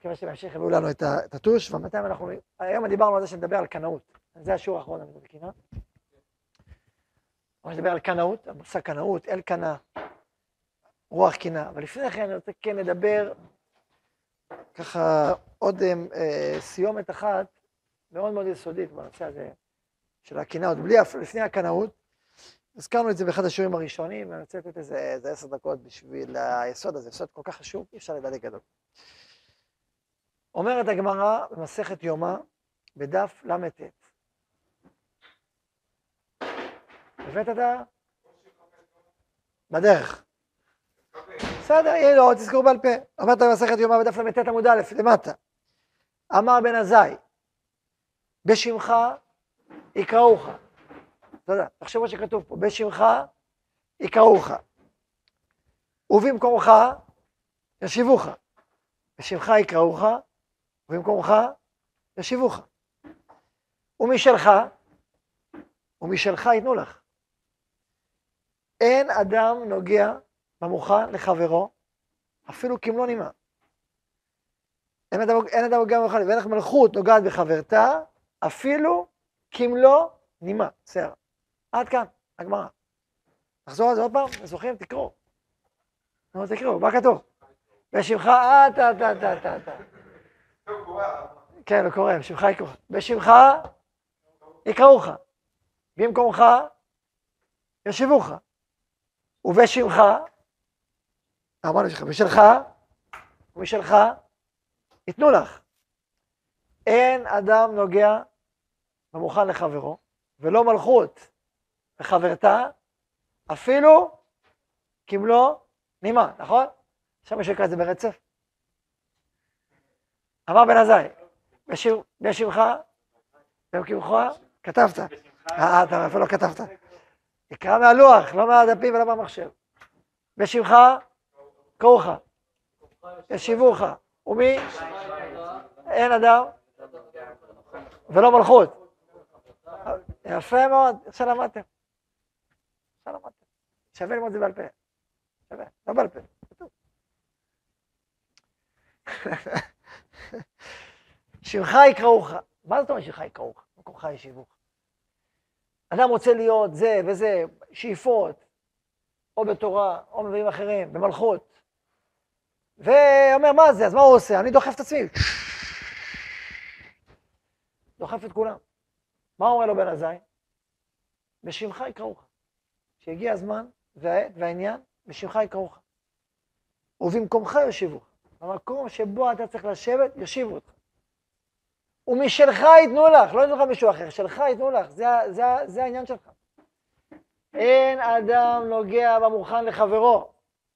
מקווה שבהמשך יביאו לנו את הטוש, ובינתיים היום דיברנו על זה שנדבר על קנאות. זה השיעור האחרון, אני בקינה. ממש נדבר על קנאות, המושג קנאות, אל קנה, רוח קינה. אבל לפני כן אני רוצה כן לדבר ככה עוד סיומת אחת מאוד מאוד יסודית בנושא הזה של הקנאות. לפני הקנאות, הזכרנו את זה באחד השיעורים הראשונים, ואני רוצה לתת איזה 10 דקות בשביל היסוד הזה, יסוד כל כך חשוב, אי אפשר לדלג גדול. אומרת הגמרא במסכת יומא, בדף ל"ט. הבאת אתה? בדרך. בסדר, יהיה לו, תזכרו בעל פה. אומרת במסכת יומא בדף ל"ט עמוד א', למטה. אמר בן עזאי, בשמך יקראוך. תודה, תחשבו שכתוב פה, בשמך יקראוך. ובמקומך ישיבוך. בשמך יקראוך, ובמקומך ישיבוך. ומשלך ייתנו לך. אין אדם נוגע במוכן לחברו, אפילו כמלוא נימה. אין אדם נוגע במוכן, ואין לך מלכות נוגעת בחברתה, אפילו כמלוא נימה. בסדר. עד כאן, הגמרא. נחזור על זה עוד פעם, זוכרים? תקראו. תקראו, מה כתוב? בשמך, כן, הוא קורא, בשמך יקראוך. בשמך יקראוך. במקומך ישיבוך. ובשמך, אמרנו בשמך, ומשלך ייתנו לך. אין אדם נוגע במוכן לחברו, ולא מלכות לחברתה, אפילו כמלוא נימה, נכון? עכשיו מישהו יקרא את זה ברצף. אמר בן עזאי, בשמך, במקומך, כתבת. אתה אפילו לא כתבת. תקרא מהלוח, לא מהדפים ולא מהמחשב. בשמך, קראוך, ישיבוך. ומי? אין אדם, ולא מלכות. יפה מאוד, עכשיו למדתם. שווה ללמוד את זה בעל פה. שווה, לא בעל פה. שמך יקראוך. מה זאת אומרת שמך יקראוך? מקומך ישיבוך. אדם רוצה להיות זה וזה, שאיפות, או בתורה, או מבאים אחרים, במלכות. ואומר, מה זה? אז מה הוא עושה? אני דוחף את עצמי. דוחף את כולם. מה אומר לו בן עזאי? בשמך יקראוך. שהגיע הזמן והעניין, בשמך יקראוך. ובמקומך יושיבוך. במקום שבו אתה צריך לשבת, יושיבו אותך. ומשלך ייתנו לך, לא ייתנו לך מישהו אחר, שלך ייתנו לך, זה העניין שלך. אין אדם נוגע במוכן לחברו,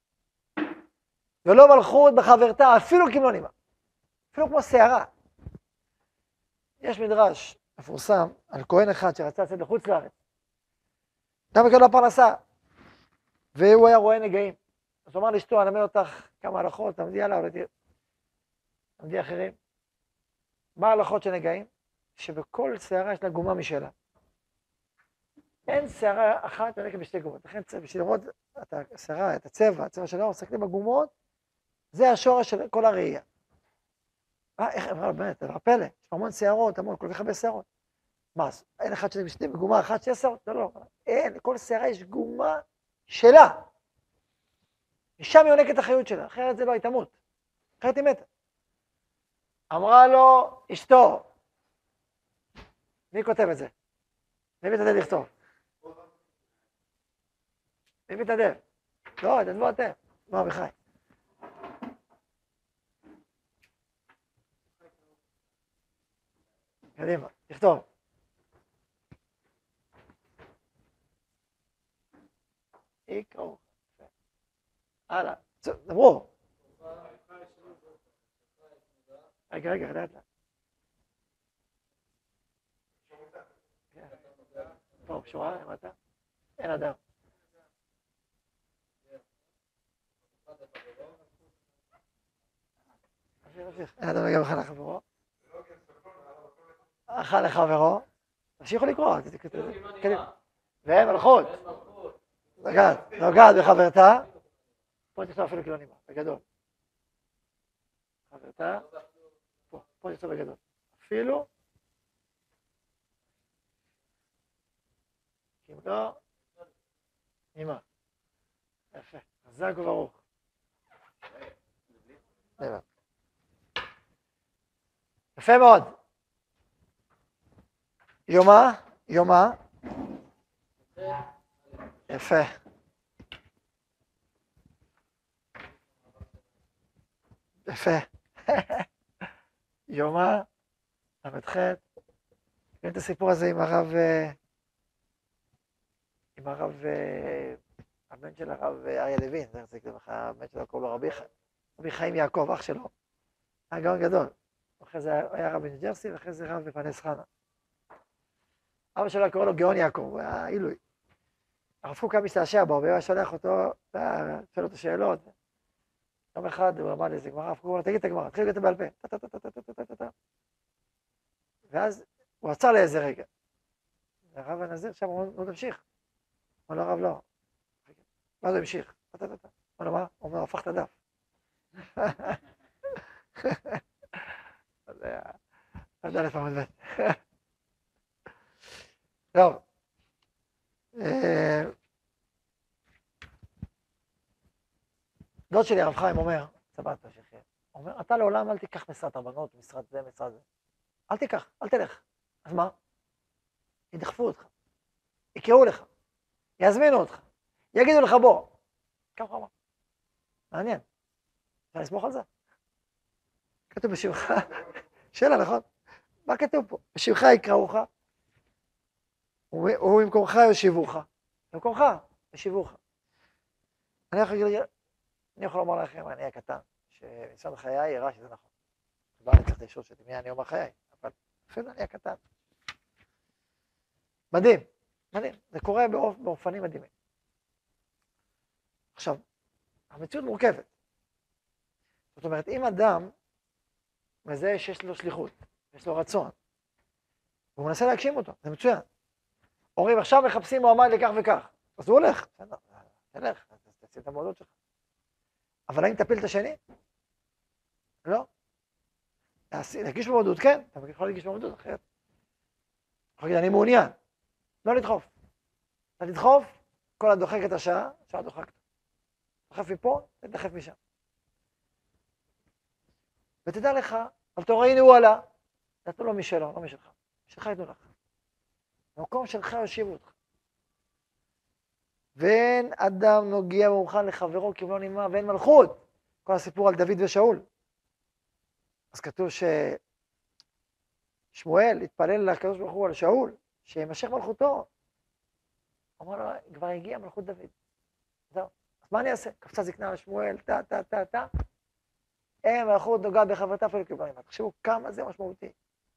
ולא מלכות בחברתה, אפילו כמלוא נימה, אפילו כמו שערה. יש מדרש מפורסם על כהן אחד שרצה לצאת לחוץ לארץ. אדם מקבל לו פרנסה, והוא היה רואה נגעים. אז הוא אמר לאשתו, אני אלמד אותך כמה הלכות, תעמדי עליו, תעמדי אחרים. מה ההלכות של נגעים? שבכל שערה יש לה גומה משלה. אין שערה אחת נקראת בשתי גומות. לכן בשביל לראות את השערה, את הצבע של האור, מסתכלים בגומות, זה השורש של כל הראייה. איך אמרה לו באמת, זה פלא, יש המון שערות, המון, כל כך הרבה שערות. מה, אין אחד שזה בשתי, בגומה אחת 6 שערות? לא. אין, לכל שערה יש גומה שלה. משם היא יונקת את החיות שלה, אחרת זה לא, היא תמות. אחרת היא מתה. אמרה לו אשתו, מי כותב את זה? מי מתעדב לכתוב? מי מתעדב? לא, תעדבו אתם. לא, אביחי. קדימה, תכתוב. יקראו. הלאה, דברו. רגע, לאט. טוב, שורה, למטה. אין אדם. אין אדם נוגע בכלל לחברו. אכל לחברו. תמשיכו לקרוא. ואין מלכות. נוגעת בחברתה. פה תכתוב אפילו כמלוא נימה, בגדול. חברתה. פה יצא בגדול. אפילו, אם לא, אמא. יפה, חזק וברוך. יפה מאוד. יומה, יומה. יפה. יפה. יומה, למ"ח. תראי את הסיפור הזה עם הבן של הרב אריה לוין, זה רציתי לך, הבן שלו קוראים לו רבי חיים יעקב, אח שלו. היה גאון גדול. אחרי זה היה רב בניו ג'רסי, ואחרי זה רב בפרנס חנה. אבא שלו קורא לו גאון יעקב, הוא היה עילוי. הרב קוק היה משתעשע בו, והוא היה שולח אותו, שואל אותו שאלות. יום אחד הוא אמר לאיזה גמרא, הרב קוק אמר לו, תגיד את הגמרא, תתחיל לגבי בעל פה. ואז הוא עצר לאיזה רגע. והרב הנזיר שם הוא תמשיך. אמר לו, הרב לא. ואז הוא המשיך. אמר לו, מה? הוא אומר, הפך את הדף. זה היה... עד א' עמוד ב'. טוב. דוד שלי, הרב חיים, אומר, צבעת שחיה, אומר, אתה לעולם אל תיקח משרת רבנות, משרת זה, משרת זה. אל תיקח, אל תלך. אז מה? ידחפו אותך, יקראו לך, יזמינו אותך, יגידו לך בוא. כמה חמה. מעניין. אפשר לסמוך על זה? כתוב בשמך, שאלה, נכון? מה כתוב פה? בשמך יקראוך, ובמקומך יושיבוך. במקומך יושיבוך. אני יכול לומר לכם, אני הקטן, שניסיון חיי יראה שזה נכון. כבר אני צריך את האישור שלי, מי אני אומר חיי, אבל אפילו אני הקטן. מדהים, מדהים. זה קורה באופנים מדהימים. עכשיו, המציאות מורכבת. זאת אומרת, אם אדם מזהה שיש לו שליחות, יש לו רצון, והוא מנסה להגשים אותו, זה מצוין. אומרים, עכשיו מחפשים מועמד לכך וכך, אז הוא הולך, תלך, תעשי את המועדות שלך. אבל האם תפיל את השני? לא. להגיש במועדות, כן, אתה יכול להגיש במועדות אחרת. יכול להגיד, אני מעוניין, לא לדחוף. אתה תדחוף, כל הדוחק את השעה, שעה דוחקת. דוחף מפה, תדחף משם. ותדע לך, אבל תראה, הנה הוא עלה, נתנו לו משלו, לא משלך. משלך יתנו לך. במקום שלך יושיבו אותך. ואין אדם נוגע ומוכן לחברו כמלוא נימה, ואין מלכות. כל הסיפור על דוד ושאול. אז כתוב ששמואל התפלל לקדוש ברוך הוא על שאול, שימשך מלכותו. אמר לו, כבר הגיע מלכות דוד. זהו. אז מה אני אעשה? קפצה זקנה על שמואל, אין מלכות נוגעת בחברתה אפילו כמלוא נימה. תחשבו כמה זה משמעותי.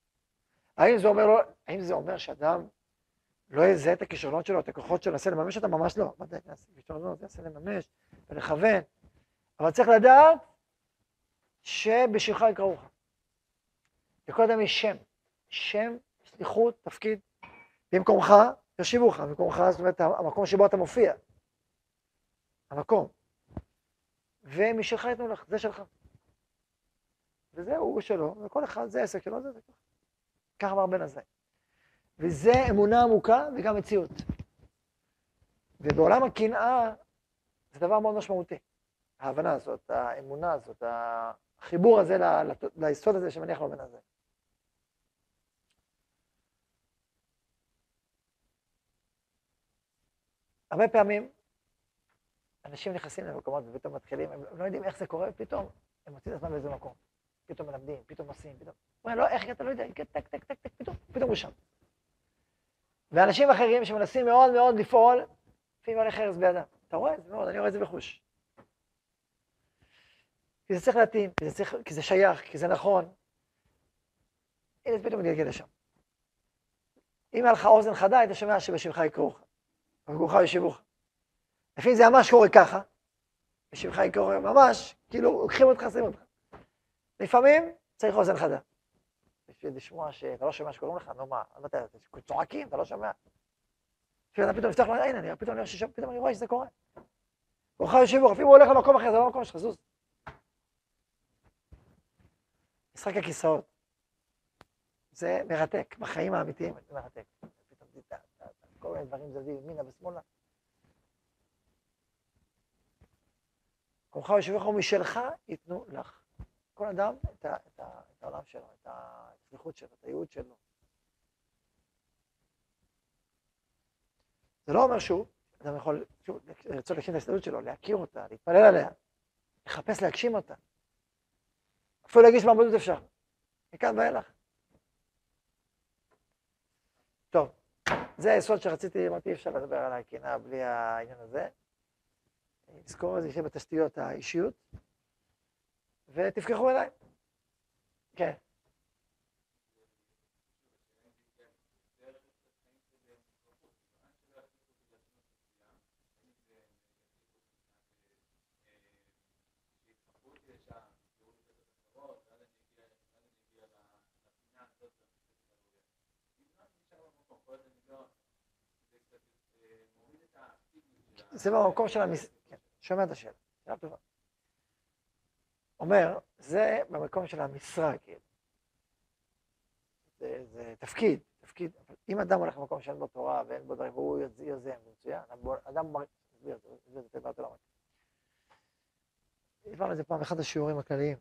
האם זה אומר שאדם לא יזהה את הכישרונות שלו, את הכוחות שלו, נעשה לממש אותם? ממש לא. ודאי, כישרונות, נעשה לממש ולכוון. אבל צריך לדעת שבשבילך יקראוך. לכל אדם יש שם, שליחות, תפקיד. במקומך, יושיבוך. במקומך, זאת אומרת, המקום שבו אתה מופיע. המקום. ומשלך יתנו לך, זה שלך. וזהו, הוא שלו, וכל אחד זה עסק שלו, זה. ככה אמר בן הזה. וזה אמונה עמוקה וגם מציאות. ובעולם הקנאה זה דבר מאוד משמעותי. ההבנה הזאת, האמונה הזאת, החיבור הזה ליסוד הזה שמניח לו בן הזה. הרבה פעמים אנשים נכנסים למקומות ופתאום מתחילים, הם לא יודעים איך זה קורה, פתאום הם מוצאים את עצמם באיזה מקום. פתאום מלמדים, פתאום עושים, פתאום... לא, איך אתה לא יודע, טק, פתאום הוא שם. ואנשים אחרים שמנסים מאוד מאוד לפעול, לפעמים הולך ארז בידם. אתה רואה את זה מאוד, אני רואה את זה בחוש. כי זה צריך להתאים, כי זה שייך, כי זה נכון. הנה, פתאום מתגלגל לשם. אם היה לך אוזן חדה, היית שומע שבשמך יקראוך, ובגורך יושיבוך. לפעמים זה ממש קורה ככה, בשמך יקראוך, ממש, כאילו, לוקחים אותך, שמים אותך. לפעמים צריך אוזן חדה. בשביל לשמוע שאתה לא שומע שקוראים לך, נו מה, אתה צועקים, אתה לא שומע. אתה פתאום נפתח לו, הנה, פתאום אני רואה שזה קורה. גורך יושיבוך, אפילו הוא הולך למקום אחר, זה לא מקום שלך, זוז. משחק הכיסאות. זה מרתק, בחיים האמיתיים זה מרתק. פתאום כל מיני דברים זזים ימינה ושמאלה. כוחך וישובך משלך ייתנו לך. כל אדם את העולם שלו, את השליחות שלו, את הייעוד שלו. זה לא אומר שוב, אדם יכול לרצות להגשים את ההסתדרות שלו, להכיר אותה, להתפלל עליה, לחפש להגשים אותה. אפילו להגיש מעבודות אפשר. מכאן ואילך. טוב, זה היסוד שרציתי, אמרתי, אי אפשר לדבר על הקנאה בלי העניין הזה. נזכור את זה בתשתיות האישיות, ותפקחו אליי. כן. זה במקום של כן, שומע את השאלה, שאלה טובה. אומר, זה במקום של המשרה, כאילו. זה תפקיד. אם אדם הולך למקום שאין בו תורה ואין בו דברים, והוא יוזם, זה מצוין, אדם זה תדעת לעומק. הבנו את זה פעם אחד השיעורים הכלליים,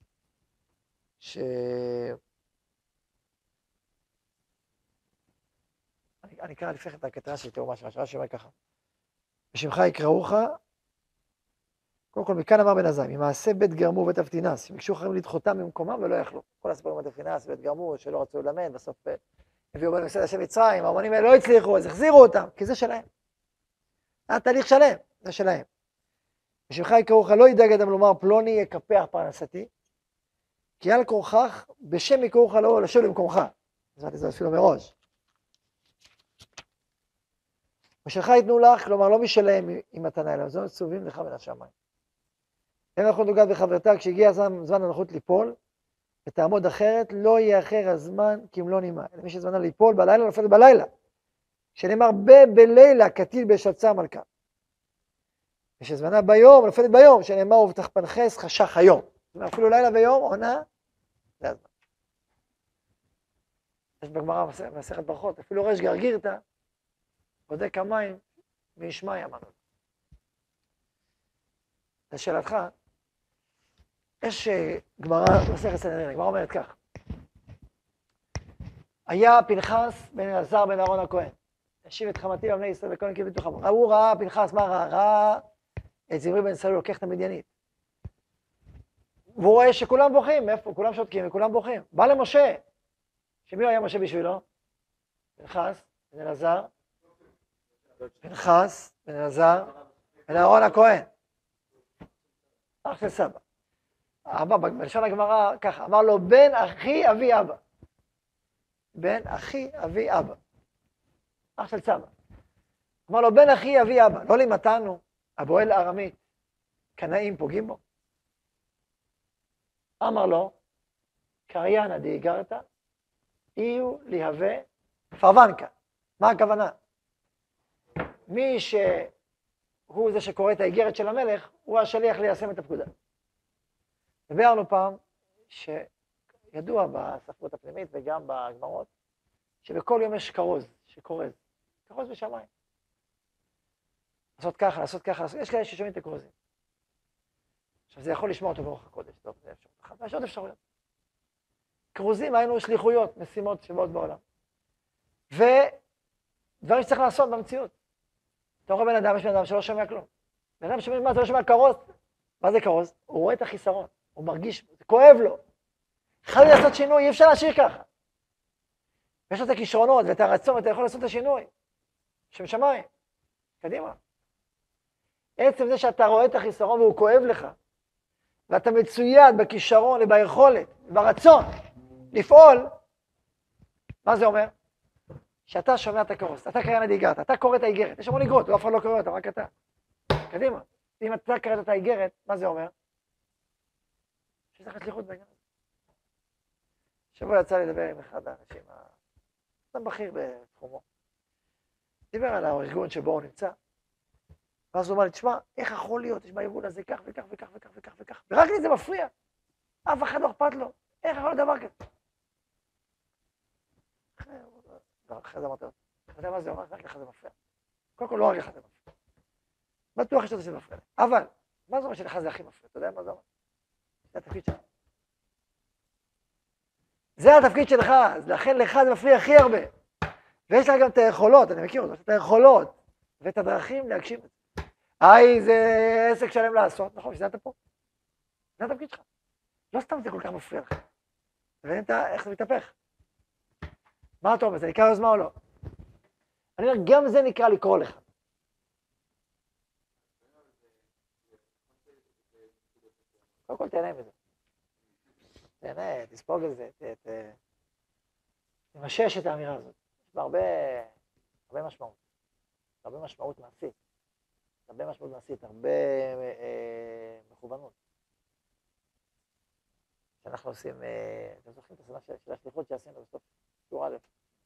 אני אקרא לפני את הקטנה של תאומה של השעה שאומר ככה. בשמך יקראוך, קודם כל מכאן אמר בן עזאי, ממעשה בית גרמו ובית אבטינס, הם ביקשו אחרים לדחותם ממקומם ולא יכלו. כל הסיפורים בית אבטינס, בית גרמו, שלא רצו ללמד, בסוף הביאו בן מסעד השם מצרים, האמנים האלה לא הצליחו, אז החזירו אותם, כי זה שלהם. היה תהליך שלם, זה שלהם. בשמך יקראוך, לא ידאג אדם לומר פלוני יקפח פרנסתי, כי על כורכך, בשם יקראוך לא לשוב למקומך. זה אפילו מראש. בשלך ייתנו לך, כלומר לא משלהם עם מתנה, אלא זו צרובים לך מן השמיים. אין אנחנו נוגעת בחברתה, כשהגיע זמן הנוחות ליפול, ותעמוד אחרת, לא יאחר הזמן כמלוא נימה. אלא מי שזמנה ליפול בלילה, נופלת בלילה. שנאמר בלילה, כתיל בשצה מלכה. ושזמנה ביום, נופלת ביום, שנאמר ובטח פנחס חשך היום. זאת אומרת, אפילו לילה ויום, עונה, זה הזמן. יש בגמרא מסכת ברכות, אפילו רש גרגירתא, בודק המים וישמע אמרנו. לשאלתך, יש גמרא, מסכת סנהדרין, גמרא אומרת כך. היה פנחס בן אלעזר בן אהרון הכהן. השיב את חמתי בבני ישראל וכהן קיבל בתוכם. הוא ראה, פנחס, מה ראה? ראה את זמרי בן סלול לוקח את המדיינית. והוא רואה שכולם בוכים, מאיפה? כולם שותקים וכולם בוכים. בא למשה. שמי היה משה בשבילו? פנחס בן אלעזר. פנחס בן אלעזר בן אהרון הכהן. אח של סבא. אבא, בלשון הגמרא ככה, אמר לו, בן אחי אבי אבא. בן אחי אבי אבא. אח של סבא. אמר לו, בן אחי אבי אבא. לא לימדנו, הבועל ארמית, קנאים פוגעים בו. אמר לו, קריינא דאיגרתא, אילו להווה פרוונקה. מה הכוונה? מי שהוא זה שקורא את האיגרת של המלך, הוא השליח ליישם את הפקודה. וביארנו פעם שידוע בספרות הפנימית וגם בגמרות, שבכל יום יש כרוז שכורז. כרוז בשמיים. לעשות ככה, לעשות ככה, יש כאלה ששומעים את הכרוזים. עכשיו זה יכול לשמוע אותו ברוח הקודש, טוב, זה אפשרות אחת, ויש עוד אפשרויות. כרוזים היינו שליחויות, משימות שבאות בעולם. ודברים שצריך לעשות במציאות. אתה רואה בן אדם, יש בן אדם שלא שומע כלום. בן אדם שומע מה, אתה לא שומע כרוז. מה זה כרוז? הוא רואה את החיסרון, הוא מרגיש, זה כואב לו. חייב לעשות שינוי, אי אפשר להשאיר ככה. ויש לו את הכישרונות ואת הרצון, ואתה יכול לעשות את השינוי. שם שמיים, קדימה. עצם זה שאתה רואה את החיסרון והוא כואב לך, ואתה מצויד בכישרון וביכולת, ברצון, לפעול, מה זה אומר? שאתה שומע את הכרוז, אתה קריינא דאיגרתא, אתה קורא את האיגרת, יש המון איגרות, אף אחד לא קורא אותה, רק אתה. קדימה. אם אתה קראת את האיגרת, מה זה אומר? שיש לך שליחות בעניין הזה. שבוע יצא לי לדבר עם אחד האנשים, אדם בכיר בתחומו. דיבר על הארגון שבו הוא נמצא, ואז הוא אמר לי, תשמע, איך יכול להיות, יש בארגון הזה כך וכך וכך וכך וכך וכך, ורק לי זה מפריע. אף אחד לא אכפת לו. איך יכול להיות דבר כזה? אחרי זה אמרתי, אתה יודע מה זה אומר? רק לך זה מפריע. קודם כל לא רק לך זה מפריע. בטוח שאתה זה מפריע. אבל, מה זה אומר שלך זה הכי מפריע? אתה יודע מה זה אומר? זה התפקיד שלך. זה התפקיד שלך, אז לכן לך זה מפריע הכי הרבה. ויש לך גם את היכולות, אני מכיר אותו, את היכולות, ואת הדרכים להגשים את זה. זה עסק שלם לעשות, נכון, שזה אתה פה. זה התפקיד שלך. לא סתם זה כל כך מפריע לך. מבין איך זה מתהפך? מה אתה אומר, זה נקרא יוזמה או לא? אני אומר, גם זה נקרא לקרוא לך. קודם כל תהנה מזה. תהנה, תספוג את זה, תמשש את האמירה הזאת. יש בה הרבה משמעות. הרבה משמעות מעשית. הרבה משמעות מעשית, הרבה מכוונות. שאנחנו עושים, אתם זוכרים את הסדנה של השליחות שעשינו בסוף שיעור א'.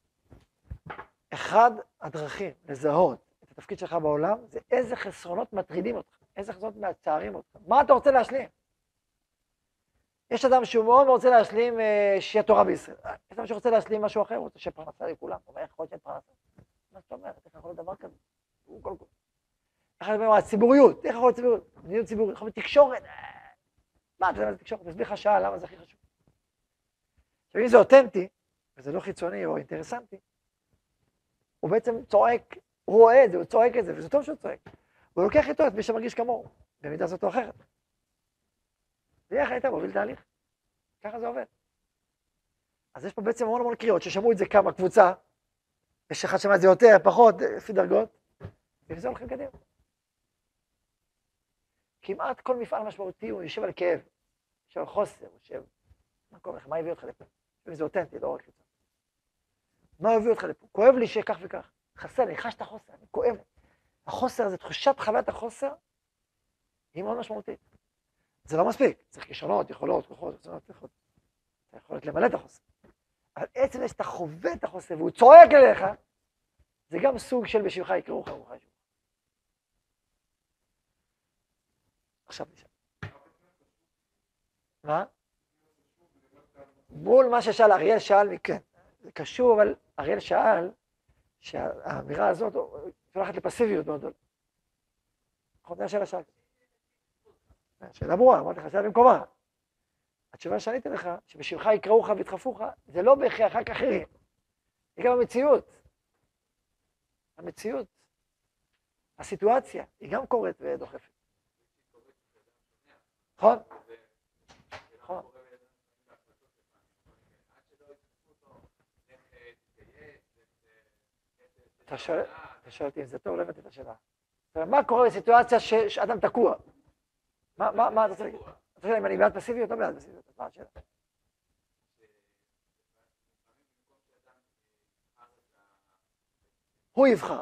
אחד הדרכים לזהות את התפקיד שלך בעולם, זה איזה חסרונות מטרידים אותך, איזה חסרונות מצערים אותך. מה אתה רוצה להשלים? יש אדם שהוא מאוד רוצה להשלים שיהיה תורה בישראל. יש אדם שרוצה להשלים משהו אחר, הוא רוצה שפרנסה לכולם. הוא אומר, איך יכול להיות שפרנסה? מה זאת אומרת? איך יכול להיות דבר כזה? הוא כל כך. איך יכול להיות הציבוריות? איך יכול להיות ציבוריות? מדיניות ציבורית, יכול להיות תקשורת. מה אתה יודע מה זה תקשורת? תסביר לך שעה למה זה הכי חשוב. עכשיו, אם זה אותנטי, וזה לא חיצוני או אינטרסנטי, הוא בעצם צועק, הוא רואה את זה, הוא צועק את זה, וזה טוב שהוא צועק. הוא לוקח איתו את מי שמרגיש כמוהו, במידה זאת או אחרת. ויחד איתה מוביל תהליך. ככה זה עובד. אז יש פה בעצם המון קריאות, ששמעו את זה כמה קבוצה, יש אחד שמע את זה יותר, פחות, לפי דרגות, וזה הולכים קדימה. כמעט כל מפעל משמעותי הוא יושב על כאב, יושב על חוסר, יושב, מה קורה לך, מה הביא אותך לפה? זה אותנטי, לא רק חיצון. מה הביא אותך לפה? כואב לי שכך וכך, חסר לי, חש את החוסר, אני כואב. החוסר הזה, תחושת חוויית החוסר, היא מאוד משמעותית. זה לא מספיק, צריך כישרונות, יכולות, כוחות, רצונות, יכולת למלא את החוסר. אבל עצם זה שאתה חווה את החוסר והוא צועק אליך, זה גם סוג של בשבילך יקראו לך, רוחי שוב. עכשיו נשאל. מה? מול מה ששאל, אריאל שאל, כן, זה קשור, אבל אריאל שאל שהאמירה הזאת הולכת לפסיביות מאוד גדולה. נכון, זה השאלה שאלתי. שאלה ברורה, אמרתי לך, שאלה במקומה. התשובה שעניתי לך, שבשבילך יקראוך וידחפוך, זה לא בהכרח רק אחרים. זה גם המציאות. המציאות, הסיטואציה, היא גם קורית ודוחפת. נכון? נכון. אתה שואל אותי אם זה טוב, לא הבנתי את השאלה. מה קורה בסיטואציה שאדם תקוע? מה אתה רוצה להגיד? אתה שואל אם אני בעד פסיביות או לא בעד פסיביות? מה השאלה? הוא יבחר.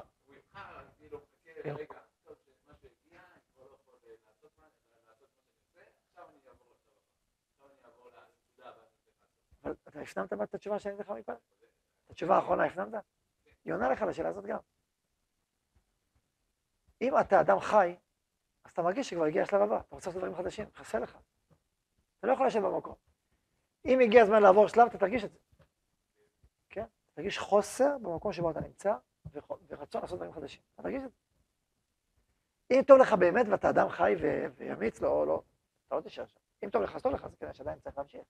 אבל אתה הפנמת את התשובה שאני לך מפעם? את התשובה האחרונה הפנמת? היא עונה לך לשאלה הזאת גם. אם אתה אדם חי, אז אתה מרגיש שכבר הגיע השלב הבא, אתה רוצה לעשות דברים חדשים, חסר לך. אתה לא יכול לשבת במקום. אם הגיע הזמן לעבור שלב, אתה תרגיש את זה. כן? אתה תרגיש חוסר במקום שבו אתה נמצא, ורצון לעשות דברים חדשים. אתה תרגיש את זה. אם טוב לך באמת, ואתה אדם חי וימיץ לו או לא, אתה לא תשאר שם. אם טוב לך, אז טוב לך, אז כנראה שעדיין צריך להמשיך.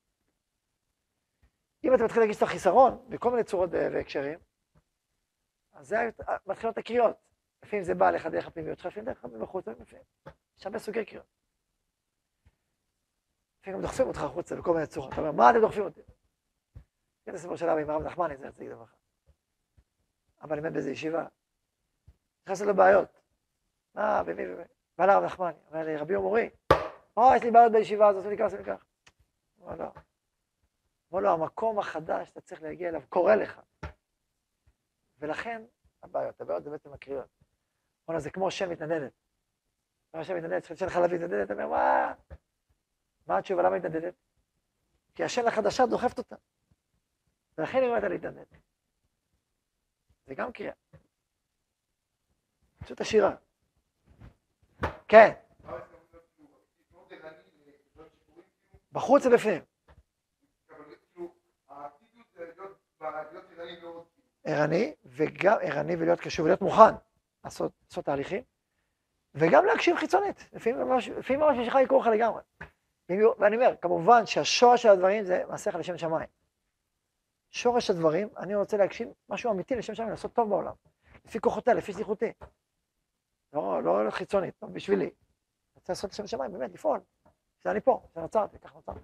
אם אתה מתחיל להגיש את החיסרון, בכל מיני צורות והקשרים, אז זה מתחילות הקריאות. לפעמים זה בא לך דרך הפנימיות שלך, לפעמים דרך מבחוץ, לפעמים. יש הרבה סוגי קריאות. לפעמים גם דוחפים אותך החוצה בכל מיני צורות. אתה אומר, מה אתם דוחפים אותי? כן, הסיפור של אבא עם הרב נחמני, זה יציג דבר אחד. אבא לימד באיזו ישיבה. נכנס לו בעיות. מה, במי. בא לרב נחמני, אומר לי, רבי ומורי, יש לי בעיות בישיבה הזאת, עושה לי כך. אמר לו, אמר לו, המקום החדש שאתה צריך להגיע אליו, קורא לך. ולכן, הבעיות זה בעצם הקריאות. אמר לו, זה כמו שם מתנדדת. כמו שם מתנדדת, שחד שלך להביא מתנדדת, אתה אומר, מה התשובה, למה מתנדדת? כי השם החדשה דוחפת אותה. ולכן היא אומרת להתנדד. זה גם קריאה. פשוט השירה. כן. בחוץ ובפנים. אבל כאילו, האקטיביות זה להיות ערני מאוד, ערני, וגם ערני ולהיות קשוב, ולהיות מוכן לעשות תהליכים, וגם להקשיב חיצונית, לפעמים ממש משך יקור לך לגמרי. ואני אומר, כמובן שהשורש של הדברים זה מעשיך לשם שמיים. שורש הדברים, אני רוצה להקשיב משהו אמיתי לשם שמיים, לעשות טוב בעולם. לפי כוחותיי, לפי שליחותי. לא חיצונית, לא בשבילי. אני רוצה לעשות לשם שמיים, באמת, לפעול. שאני פה, שנוצרתי, כך נוצרתי.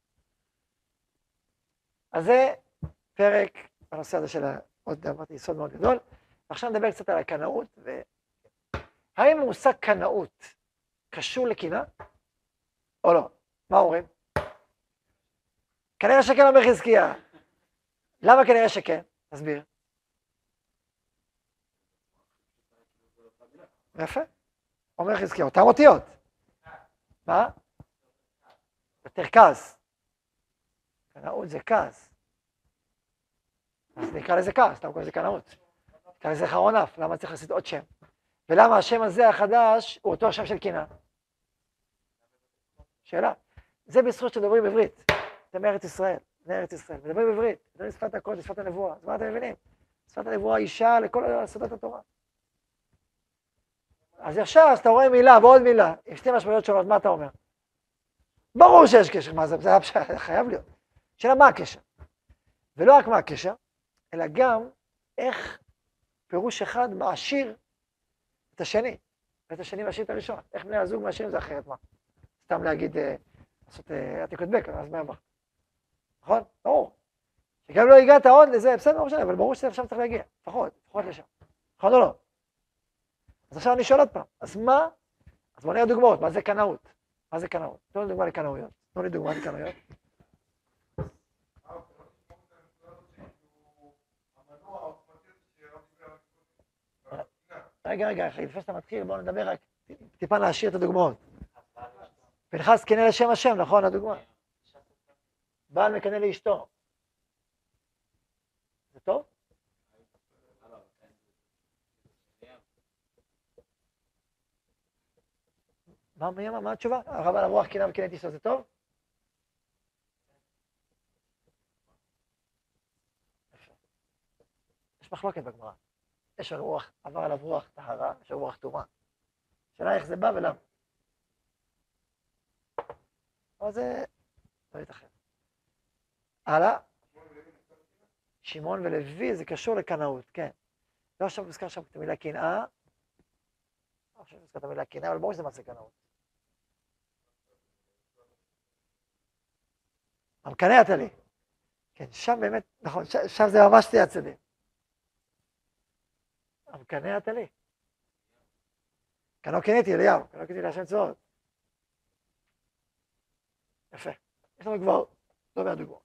אז זה פרק בנושא הזה של עוד אמרתי יסוד מאוד גדול. ועכשיו נדבר קצת על הקנאות. האם המושג קנאות קשור לקנאה או לא? מה אומרים? כנראה שכן אומר חזקיה. למה כנראה שכן? תסביר. יפה. אומר חזקיה, אותם אותיות. מה? יותר כעס. קנאות זה כעס. אז נקרא לזה כעס, למה קוראים לזה קנאות? נקרא לזה חרון אף, למה צריך לעשות עוד שם? ולמה השם הזה החדש הוא אותו השם של קנאה? שאלה. זה בזכות שדברים בעברית. זה מארץ ישראל, מארץ ישראל. מדברים בעברית, זה שפת הקודש, שפת הנבואה. אז מה אתם מבינים? שפת הנבואה אישה לכל סודות התורה. אז ישר, אז אתה רואה מילה ועוד מילה, עם שתי משמעויות שונות, מה אתה אומר? ברור שיש קשר, מה זה חייב להיות. שאלה מה הקשר? ולא רק מה הקשר, אלא גם איך פירוש אחד מעשיר את השני, ואת השני מעשיר את הראשון. איך בני הזוג מעשירים זה אחרת מה? סתם להגיד, לעשות עתיקות בק, אז מה הבא? נכון? ברור. שגם לא הגעת עוד לזה, בסדר, לא משנה, אבל ברור שעכשיו צריך להגיע, לפחות לשם. נכון או לא? אז עכשיו אני שואל עוד פעם, אז מה? אז בוא נראה דוגמאות, מה זה קנאות? מה זה קנאות? תנו לי דוגמה לקנאויות. תנו לי דוגמה לקנאויות. רגע, לפני שאתה מתחיל, בואו נדבר רק, טיפה להשאיר את הדוגמאות. פנחס קינא לשם השם, נכון הדוגמה? בעל מקנא לאשתו. זה טוב? מה התשובה? הרב על הרוח קינא וקינא את אשתו, זה טוב? יש מחלוקת בגמרא. יש רוח, עבר עליו רוח טהרה, יש רוח טומאה. שאלה איך זה בא ולמה. אבל זה לא יתכן. הלאה. שמעון ולוי זה קשור לקנאות, כן. לא עכשיו מוזכר שם את המילה קנאה. לא עכשיו מוזכר את המילה קנאה, אבל ברור שזה מעשה קנאות. המקנא אתה לי. כן, שם באמת, נכון, שם זה ממש שתי הצדדים. המקנא אתה לי. קנאו קינאתי אליהו, קנאו קינאתי להשם צבאות. יפה. יש לנו כבר לא מעט דוגמאות.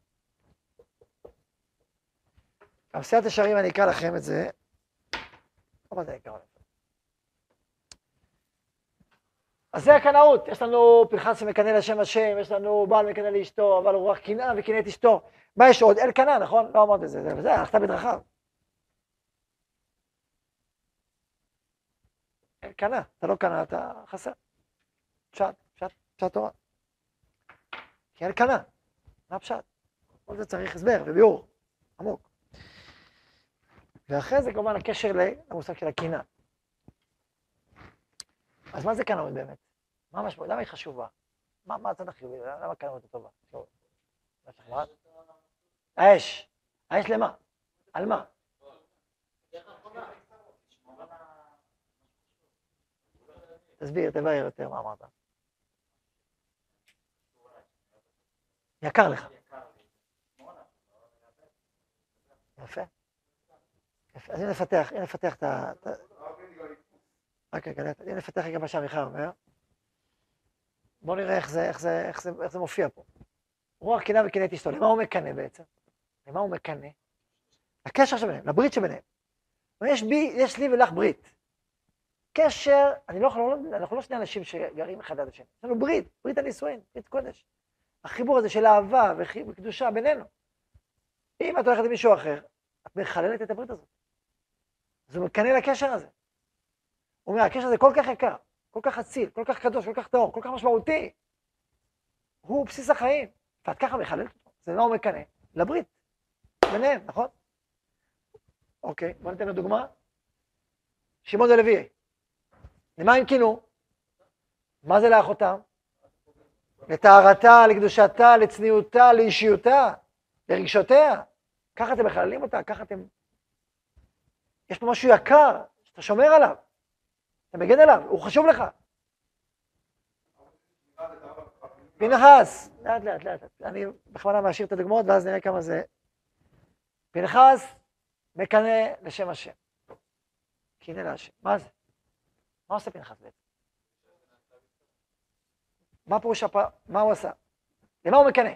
במסילת ישרים אני אקרא לכם את זה. מה זה נקרא? אז זה הקנאות. יש לנו פנחס שמקנא לשם השם, יש לנו בעל מקנא לאשתו, אבל הוא רוח קנאה וקינא את אשתו. מה יש עוד? אל קנאה, נכון? לא אמרת את זה, וזה, הלכת בדרכיו. אל קנאה, אתה לא קנאה, אתה חסר. פשט תורה. כי אל קנאה, מה פשט? כל זה צריך הסבר וביאור עמוק. ואחרי זה כמובן הקשר למושג של הקנאה. אז מה זה קנאות באמת? מה המשמעות? למה היא חשובה? מה הצד החיובי? למה קנאות היא טובה? האש. האש למה? על מה? תסביר, תבהר יותר מה אמרת. יקר לך. יפה. אז אם נפתח את ה... רק רגע, אם נפתח רגע מה שהמיכאל אומר, בואו נראה איך זה מופיע פה. רוח קנאה וקינא את אשתו, למה הוא מקנא בעצם? למה הוא מקנא? לקשר שביניהם, לברית שביניהם. יש לי ולך ברית. קשר, אנחנו לא שני אנשים שגרים אחד עד השני. יש לנו ברית הנישואין, ברית קודש. החיבור הזה של אהבה וקדושה בינינו. אם את הולכת עם מישהו אחר, את מחללת את הברית הזאת. אז הוא מקנא לקשר הזה. הוא אומר, הקשר הזה כל כך יקר, כל כך אציל, כל כך קדוש, כל כך טהור, כל כך משמעותי. הוא בסיס החיים. ואת ככה מחללת אותו. זה מה הוא מקנא? לברית. ביניהם, נכון? אוקיי, בוא ניתן לו דוגמה. שמעון ולוי. למה הם כינו? מה זה לאחותם? לטהרתה, לקדושתה, לצניעותה, לאישיותה, לרגשותיה. ככה אתם מחללים אותה, ככה אתם... יש פה משהו יקר, שאתה שומר עליו, אתה מגן עליו, הוא חשוב לך. פנחס, לאט. אני בכוונה מאשיר את הדוגמאות, ואז נראה כמה זה... פנחס מקנא לשם השם. קינא להשם. מה זה? מה עושה פנחס בעצם? מה פירוש מה הוא עשה? למה הוא מקנא?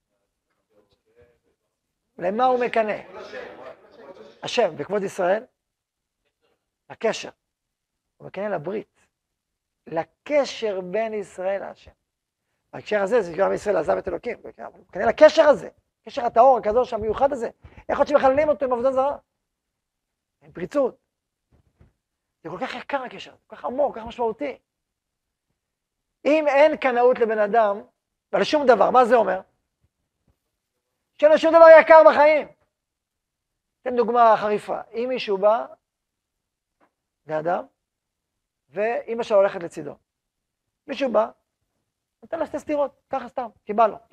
למה הוא מקנא? השם, בכבוד ישראל, לקשר. הוא מקנא לברית. לקשר בין ישראל להשם. בהקשר הזה, זה גם ישראל עזב את אלוקים. הוא מקנא לקשר הזה. קשר הטהור, הקדוש, המיוחד הזה. איך עוד שמחללים אותו עם עבודה זרה? עם פריצות. זה כל כך יקר הקשר, כל כך עמוק, כל כך משמעותי. אם אין קנאות לבן אדם, ועל שום דבר, מה זה אומר? שאין לו שום דבר יקר בחיים. אתן דוגמה חריפה. אם מישהו בא לאדם, ואמא שלו הולכת לצידו. מישהו בא, נותן לה שתי סתירות, ככה סתם, כי בא לו.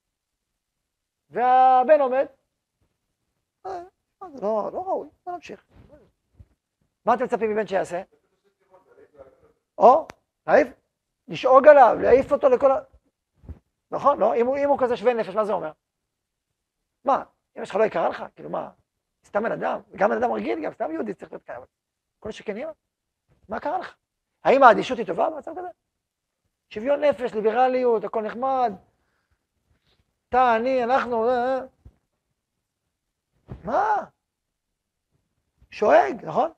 והבן עומד, זה לא ראוי, בוא נמשיך. מה אתם מצפים מבן שיעשה? או, להעיף, לשאוג עליו, להעיף אותו לכל נכון? לא? אם הוא כזה שווה נפש, מה זה אומר? מה? אמא שלך לא יקרה לך? כאילו מה? סתם בן אדם, גם בן אדם רגיל, גם סתם יהודי צריך להיות קיים. כל שכן אמא, מה קרה לך? האם האדישות היא טובה במצב כזה? שוויון נפש, ליברליות, הכל נחמד. אתה, אני, אנחנו, מה? שואג, נכון?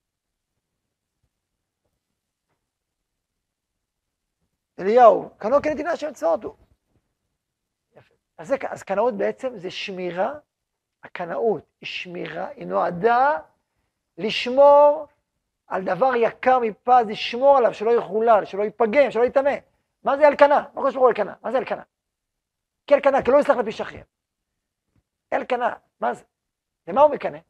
אליהו, קנאו כן נתינה השם צבאות הוא. יפה. אז קנאות בעצם זה שמירה, הקנאות היא שמירה, היא נועדה לשמור על דבר יקר מפז, לשמור עליו, שלא יחולל, שלא ייפגם, שלא יטמא. מה זה אלקנה? מה קורה שברור אלקנה? מה זה אלקנה? כי אלקנה, כי לא יסלח לפי שכיח. אלקנה, מה זה? למה הוא מקנא?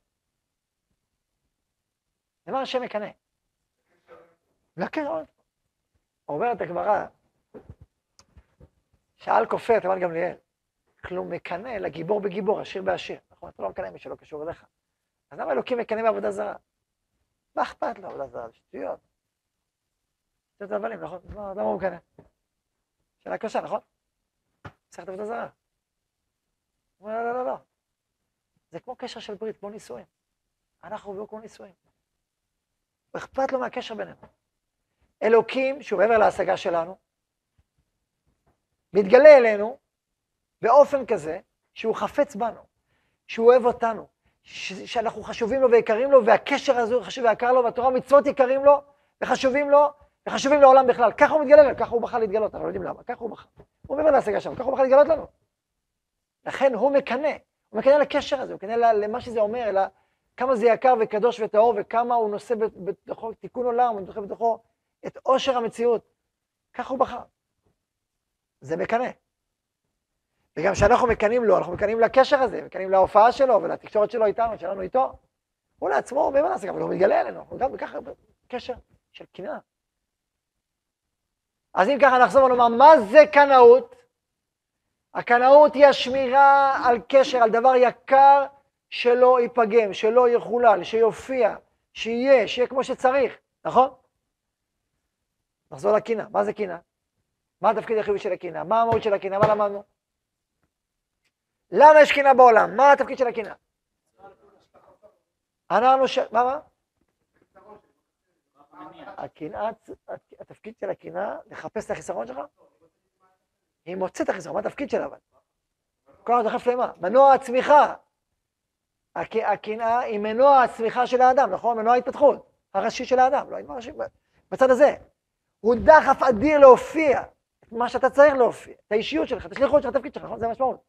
למה השם מקנא? לקרוא. אומרת הגמרא, שאל כופר, תמר גמליאל, כלום מקנא לגיבור בגיבור, עשיר בעשיר. נכון, אתה לא מקנא מי שלא קשור אליך. אז למה אלוקים מקנא בעבודה זרה? מה אכפת לו עבודה זרה? שטויות. שטויות הבלים, נכון? למה הוא מקנא? שאלה קשה, נכון? צריך את עבודה זרה. הוא אומר, לא. זה כמו קשר של ברית, כמו נישואים. אנחנו והוא כמו נישואים. הוא אכפת לו מהקשר בינינו. אלוקים, שהוא מעבר להשגה שלנו, מתגלה אלינו באופן כזה שהוא חפץ בנו, שהוא אוהב אותנו, שאנחנו חשובים לו ויקרים לו, והקשר הזה הוא חשוב ויקר לו, והתורה ומצוות יקרים לו, וחשובים לו, וחשובים לעולם בכלל. ככה הוא מתגלה לנו, ככה הוא בחר להתגלות, אנחנו לא יודעים למה, ככה הוא בחר. הוא מעבר להשגה שלנו, ככה הוא בחר להתגלות לנו. לכן הוא מקנא, הוא מקנא לקשר הזה, הוא מקנא למה שזה אומר, אלא כמה זה יקר וקדוש וטהור, וכמה הוא נושא בתוכו תיקון עולם, הוא נושא בתוכו את עושר המציאות. ככה הוא בחר. זה מקנא. וגם כשאנחנו מקנאים לו, אנחנו מקנאים לקשר הזה, מקנאים להופעה שלו ולתקשורת שלו איתנו, שלנו איתו. הוא לעצמו, הוא באמת אבל הוא מתגלה אלינו, הוא גם בככה קשר של קנאה. אז אם ככה נחזור ונאמר, מה זה קנאות? הקנאות היא השמירה על קשר, על דבר יקר שלא ייפגם, שלא יחולל, שיופיע, שיהיה כמו שצריך, נכון? נחזור לקנאה, מה זה קנאה? מה התפקיד החיובי של הקנאה? מה המהות של הקנאה? מה למדנו? למה יש קנאה בעולם? מה התפקיד של הקנאה? מה? התפקיד של הקנאה, לחפש את החיסרון שלך? היא מוצאת את החיסרון, מה התפקיד שלה אבל? כל הזמן דוחף למה? מנוע הצמיחה. הקנאה היא מנוע הצמיחה של האדם, נכון? מנוע ההתפתחות הראשי של האדם, לא הראשי, בצד הזה. הוא דחף אדיר להופיע את מה שאתה צריך להופיע, את האישיות שלך, את השליחות שלך, את התפקיד שלך, נכון? זה המשמעות.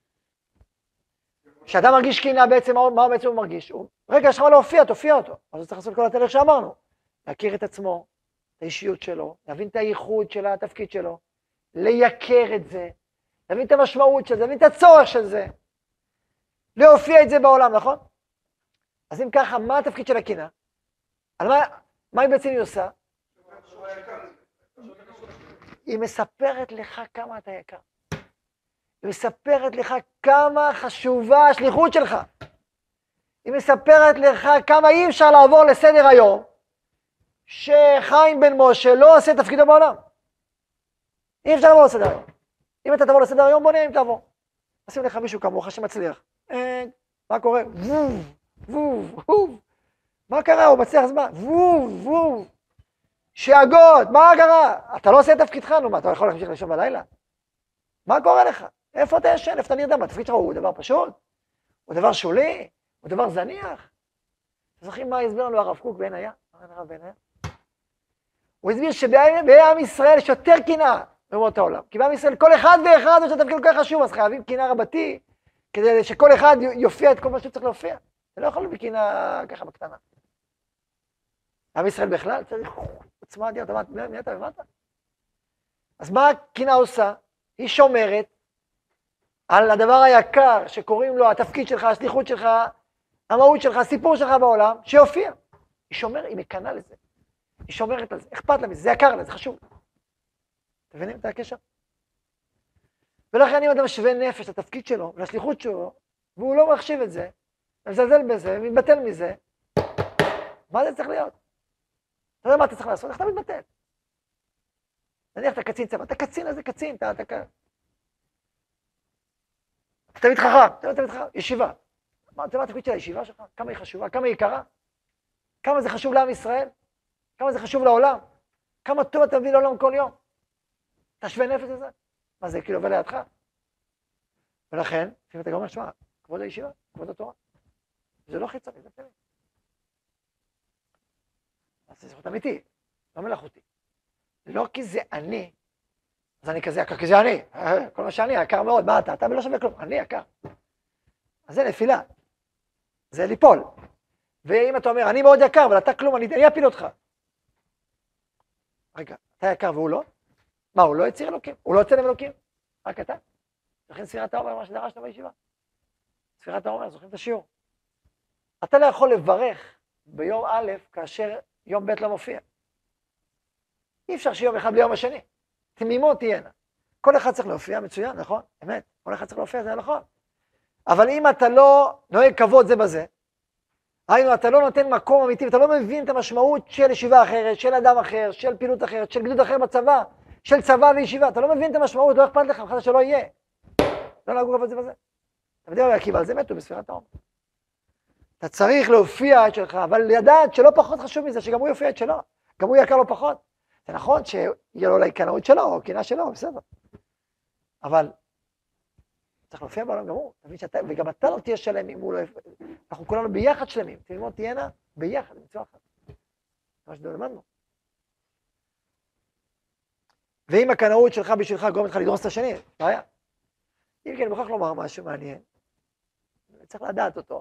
כשאדם מרגיש קנאה בעצם, מה בעצם הוא מרגיש? רגע, יש לך מה להופיע, תופיע אותו. אז הוא צריך לעשות כל התהליך שאמרנו. להכיר את עצמו, את האישיות שלו, להבין את הייחוד של התפקיד שלו, לייקר את זה, להבין את המשמעות של זה, להבין את הצורך של זה, להופיע את זה בעולם, נכון? אז אם ככה, מה התפקיד של הקנאה? מה היא בעצם עושה? היא מספרת לך כמה אתה יקר. היא מספרת לך כמה חשובה השליחות שלך. היא מספרת לך כמה אי אפשר לעבור לסדר היום, שחיים בן משה לא עושה תפקידו בעולם. אי אפשר לעבור לסדר היום. אם אתה תעבור לסדר היום, בוא נראה אם תעבור. נשים לך מישהו כמוך שמצליח. מה קורה? ווב, ווב, ווב. מה קרה? הוא מצליח זמן. ווב, ווב. שאגות, מה קרה? אתה לא עושה את תפקידך, נו מה, אתה יכול להמשיך לישון בלילה? מה קורה לך? איפה אתה ישן? איפה אתה נרדם? התפקיד שלך הוא דבר פשוט? הוא דבר שולי? הוא דבר זניח? אתם זוכרים מה הסביר לנו הרב קוק בעין היה? הוא הסביר שבעם ישראל יש יותר קנאה מאומות העולם. כי בעם ישראל כל אחד ואחד יש תפקיד כל כך חשוב, אז חייבים קנאה רבתי, כדי שכל אחד יופיע את כל מה שצריך להופיע. זה לא יכול להיות בקנאה ככה בקטנה. עם ישראל בכלל צריך עוצמה אדירה, מי אתה הבנת? אז מה הקנאה עושה? היא שומרת על הדבר היקר שקוראים לו התפקיד שלך, השליחות שלך, המהות שלך, הסיפור שלך בעולם, שיופיע. היא שומרת, היא מקנה לזה. היא שומרת על זה, אכפת לה מזה, זה יקר לה, זה חשוב. אתם מבינים את הקשר? ולכן אם אדם שווה נפש לתפקיד שלו, לשליחות שלו, והוא לא מחשיב את זה, מזלזל בזה, מתבטל מזה, מה זה צריך להיות? אתה יודע מה אתה צריך לעשות? איך אתה מתבטל? נניח אתה קצין צבא, אתה קצין, אז זה קצין, אתה תמיד חכם, ישיבה. מה התפקיד של הישיבה שלך? כמה היא חשובה? כמה היא יקרה? כמה זה חשוב לעם ישראל? כמה זה חשוב לעולם? כמה טוב אתה מביא לעולם כל יום? אתה שווה נפש לזה? מה זה, כאילו עובר לידך? ולכן, לפעמים אתה גם אומר, שמע, כבוד הישיבה, כבוד התורה. זה לא חיצוני, זה פנימי. אז זה זכות אמיתי, לא מלאכותי. לא כי זה אני, אז אני כזה יקר, כי זה אני. כל מה שאני יקר מאוד, מה אתה? אתה לא שווה כלום, אני יקר. אז זה נפילה, זה ליפול. ואם אתה אומר, אני מאוד יקר, אבל אתה כלום, אני אפיל אותך. רגע, אתה יקר והוא לא? מה, הוא לא יציר אלוקים? הוא לא צלם אלוקים? רק אתה? לכן ספירת העומר, מה שדרשת בישיבה. ספירת העומר, זוכרים את השיעור. אתה לא יכול לברך ביום א' כאשר יום ב' לא מופיע. אי אפשר שיום אחד בלי יום השני. תמימות תהיינה. כל אחד צריך להופיע, מצוין, נכון? אמת, כל אחד צריך להופיע, זה נכון. אבל אם אתה לא נוהג כבוד זה בזה, היינו, אתה לא נותן מקום אמיתי, ואתה לא מבין את המשמעות של ישיבה אחרת, של אדם אחר, של פעילות אחרת, של גדוד אחר בצבא, של צבא וישיבה, אתה לא מבין את המשמעות, לא אכפת לך, חשב שלא יהיה. לא נהגו כבוד זה בזה. אתה יודע, עקיבא, על זה מתו בספירת העומר. אתה צריך להופיע את שלך, אבל לדעת שלא פחות חשוב מזה, שגם הוא יופיע את שלו, גם הוא יקר לו פחות. זה נכון שיהיה לו אולי קנאות שלו, או קנאה שלו, בסדר. אבל צריך להופיע בעולם גם הוא, תבין שאתה, וגם אתה לא תהיה שלם אם הוא לא יופיע. אנחנו כולנו ביחד שלמים, תלמוד תהיינה ביחד, במצווה אחת. זה מה שלמדנו. ואם הקנאות שלך בשבילך גורמת לך לדרוס את השני, בעיה. אם כן, אני מוכרח לומר משהו מעניין, צריך לדעת אותו.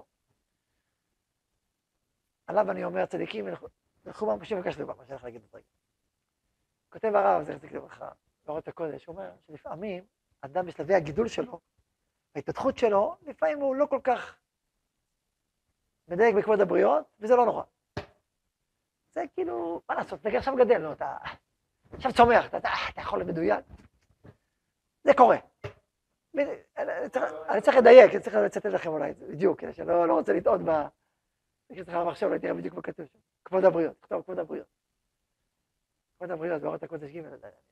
עליו אני אומר, צדיקים, ילכו במפשים וקש לבם, מה שאני הולך להגיד את רגע. כותב הרב, זה יחזיק לברכה, באורות הקודש, הוא אומר שלפעמים אדם בשלבי הגידול שלו, ההתפתחות שלו, לפעמים הוא לא כל כך מדייק בכבוד הבריות, וזה לא נורא. זה כאילו, מה לעשות, אתה עכשיו גדל, לא, אתה עכשיו צומח, אתה יכול למדויק. זה קורה. אני צריך לדייק, אני צריך לצטט לכם אולי, בדיוק, כדי שלא רוצה לטעות ב... יש לך מחשב, אולי תראה בדיוק בכתוב שם. כבוד הבריות, כתוב כבוד הבריות. כבוד הבריות, באורות הקודש ג'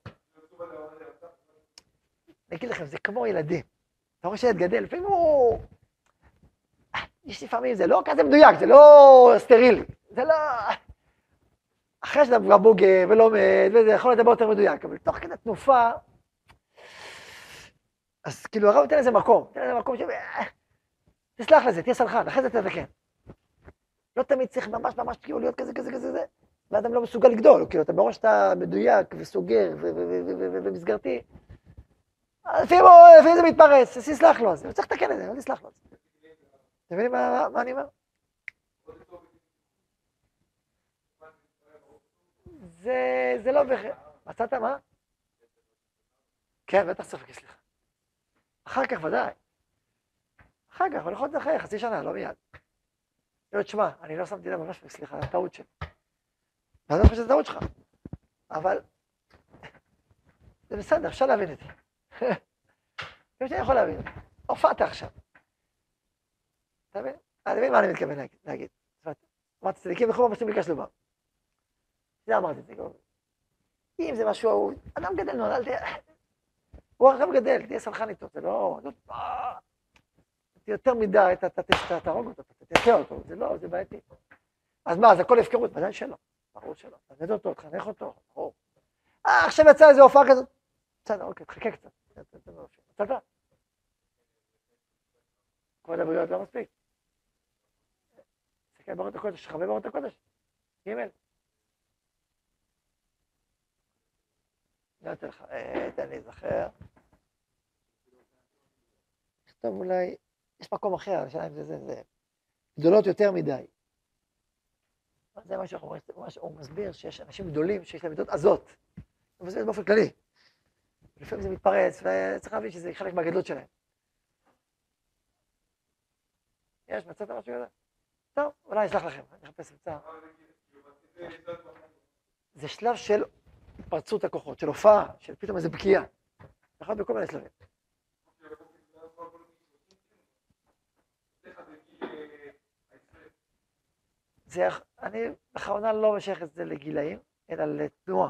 אני אגיד לכם, זה כמו ילדים. אתה רואה שילד גדל, לפעמים הוא... יש לפעמים, זה לא כזה מדויק, זה לא סטרילי. זה לא... אחרי שאתה כבר בוגר ולומד, וזה יכול להיות הרבה יותר מדויק, אבל תוך כדי תנופה... אז כאילו הרב תן לזה מקום, ש... תסלח לזה, תהיה סלחן, אחרי זה תתקן. לא תמיד צריך ממש כאילו להיות כזה, ואדם לא מסוגל לגדול, כאילו אתה בראש אתה מדויק וסוגר ומסגרתי, לפעמים זה מתפרץ, אז תסלח לו, אז צריך לתקן את זה, לא תסלח לו. אתם מבינים מה אני אומר? זה לא בכלל, מצאת מה? כן, בטח צריך סליחה. אחר כך ודאי. אחר כך, אבל יכול להיות אחרי חצי שנה, לא מיד. לא, תשמע, אני לא שמתי לב ממש, סליחה, הטעות שלי. ואני לא חושב שזה טעות שלך, אבל זה בסדר, אפשר להבין את זה. כמו שאני יכול להבין, הופעת עכשיו. אתה מבין? אני מבין מה אני מתכוון להגיד. אמרתי, צדיקים וכו' מה שאתם ביקש לומר. זה אמרתי את זה. אם זה משהו, הוא אדם גדל נולד, הוא עכשיו גדל, תהיה סלחן איתו, זה לא... יותר מדי, אתה תהרוג אותו, אתה תתקע אותו, זה לא, זה בעייתי. אז מה, זה הכל הפקרות, ודאי שלא, ברור שלא. תלמד אותו, תחנך אותו, ברור. עכשיו יצא איזו הופעה כזאת. בסדר, אוקיי, תחכה קצת. מצאת? כבוד הבריאות לא מספיק. תסתכל באורות הקודש, חווה באורות הקודש. ג' לא יותר לך, תן לי זכר. טוב, אולי, יש מקום אחר, השאלה אם זה גדולות יותר מדי. זה מה שאנחנו אומרים, הוא מסביר שיש אנשים גדולים שיש להם מידות עזות. הוא מסביר באופן כללי. לפעמים זה מתפרץ, וצריך להבין שזה חלק מהגדלות שלהם. יש, מצאת משהו כזה? טוב, אולי אני אשלח לכם, אני אחפש מצא. זה שלב של התפרצות הכוחות, של הופעה, של פתאום איזו בקיעה. נכון? בכל מיני שלבים. אני בכוונה לא משייך את זה לגילאים, אלא לתנועה.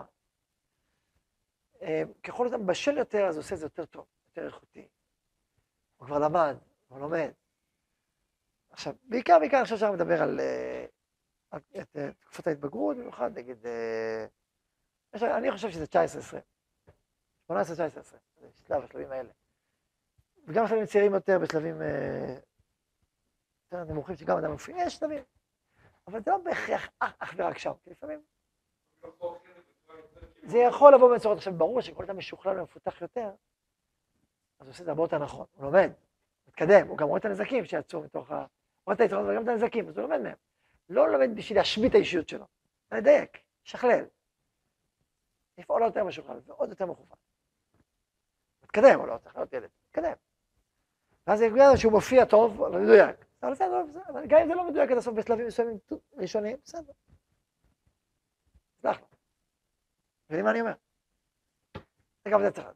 ככל שאתה מבשל יותר, אז הוא עושה את זה יותר טוב, יותר איכותי. הוא כבר למד, הוא לומד. עכשיו, בעיקר אני חושב שאני מדבר על תקופת ההתבגרות, במיוחד נגיד, אני חושב שזה 19-20. 18-19, זה שלב, השלבים האלה. וגם שלבים צעירים יותר, בשלבים יותר נמוכים, שגם אדם מופיע, יש שלבים. אבל זה לא בהכרח אך ורק שם, כי לפעמים זה יכול לבוא בצורות. עכשיו, ברור שכל אדם משוכלל ומפותח יותר, אז הוא עושה את זה הרבה יותר נכון, הוא לומד, מתקדם, הוא גם רואה את הנזקים שיצאו מתוך רואה את היתרונות וגם את הנזקים, אז הוא לומד מהם. לא לומד בשביל להשמיט את האישיות שלו, אלא לדייק, שכלל. לפעול יותר משוכלל ועוד יותר מכוון. מתקדם, הוא לא צריך להיות ילד, מתקדם. ואז זה יגיד שהוא מופיע טוב, אבל מדויק. אבל גם אם זה לא מדויק עד הסוף בשלבים מסוימים ראשונים, בסדר. סלח לו. מבינים מה אני אומר? זה גם זה צריך.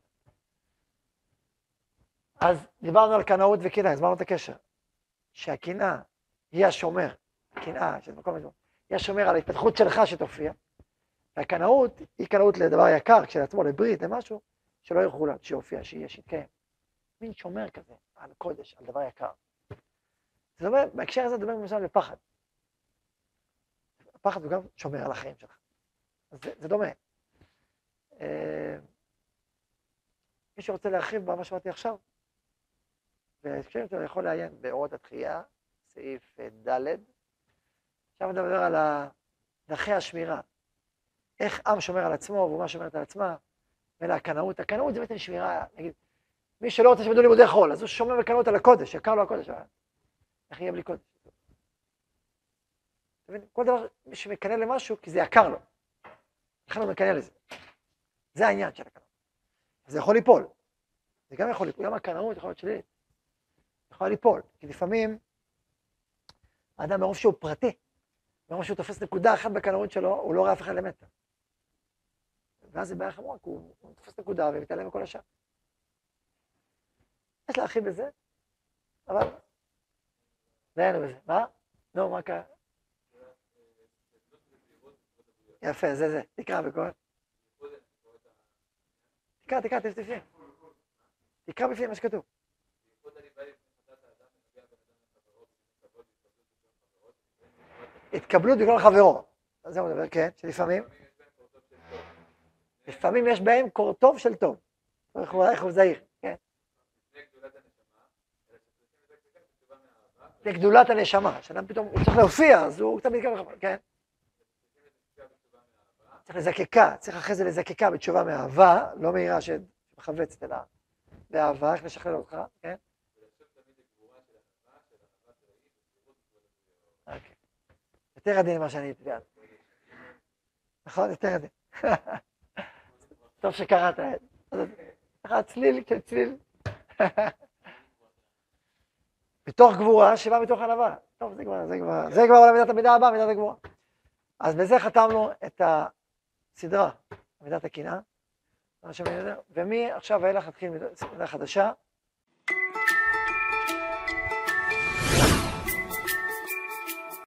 אז דיברנו על קנאות וקנאה, הסברנו את הקשר. שהקנאה היא השומר, קנאה, שבמקום הזה, היא השומר על ההתפתחות שלך שתופיע, והקנאות היא קנאות לדבר יקר, כשלעצמו, לברית, למשהו, שלא יוכלו שיופיע, שיתקיים. מין שומר כזה, על קודש, על דבר יקר. זאת אומרת, בהקשר הזה דבר למשל לפחד. הפחד הוא גם שומר על החיים שלך. אז זה דומה. מי שרוצה להרחיב במה שאמרתי עכשיו, וכשאתה יכול לעיין באורות התחייה, סעיף ד', עכשיו נדבר על דרכי השמירה. איך עם שומר על עצמו, ואומה שומרת על עצמה, ולקנאות. הקנאות זה בעצם שמירה, נגיד, מי שלא רוצה שבדו לימודי חול, אז הוא שומר בקנאות על הקודש, יקר לו הקודש. איך יהיה בלי קודש? כל דבר שמקנה למשהו, כי זה יקר לו. לכן הוא מקנה לזה. זה העניין של הקנאות. זה יכול ליפול. זה גם יכול ליפול. גם הקנאות יכול להיות שלילית. יכול ליפול. כי לפעמים, האדם מרוב שהוא פרטי, מרוב שהוא תופס נקודה אחת בקנאות שלו, הוא לא רואה אף אחד למטה. ואז זה בעיה חמורה, כי הוא תופס נקודה ומתעלם מכל השאר. יש להרחיב בזה, אבל... דיינו בזה. מה? נו, מה קרה? יפה, זה. תקרא בכל. תקרא, תפתיפים. תקרא בפנים מה שכתוב. התקבלות בגלל חברו. זה הוא מדבר, כן, שלפעמים. לפעמים יש בהם קור טוב של טוב. איך הוא זהיר, כן. לגדולת הנשמה, שאדם פתאום, הוא צריך להופיע, אז הוא תמיד כאן לחבר, כן? צריך לזקקה, צריך אחרי זה לזקקה בתשובה מאהבה, לא מהירה שמחווצת אלא באהבה, איך לשכלל אותך, כן? אוקיי. יותר עדין ממה שאני אתביעת. נכון? יותר עדין. טוב שקראת, צליל, צליל. מתוך גבורה שבא מתוך ענווה. טוב, זה כבר על מידת המידה הבאה, מידת הגבורה. אז בזה חתמנו את הסדרה, מידת הקנאה, ומי עכשיו ואילך נתחיל מידה חדשה.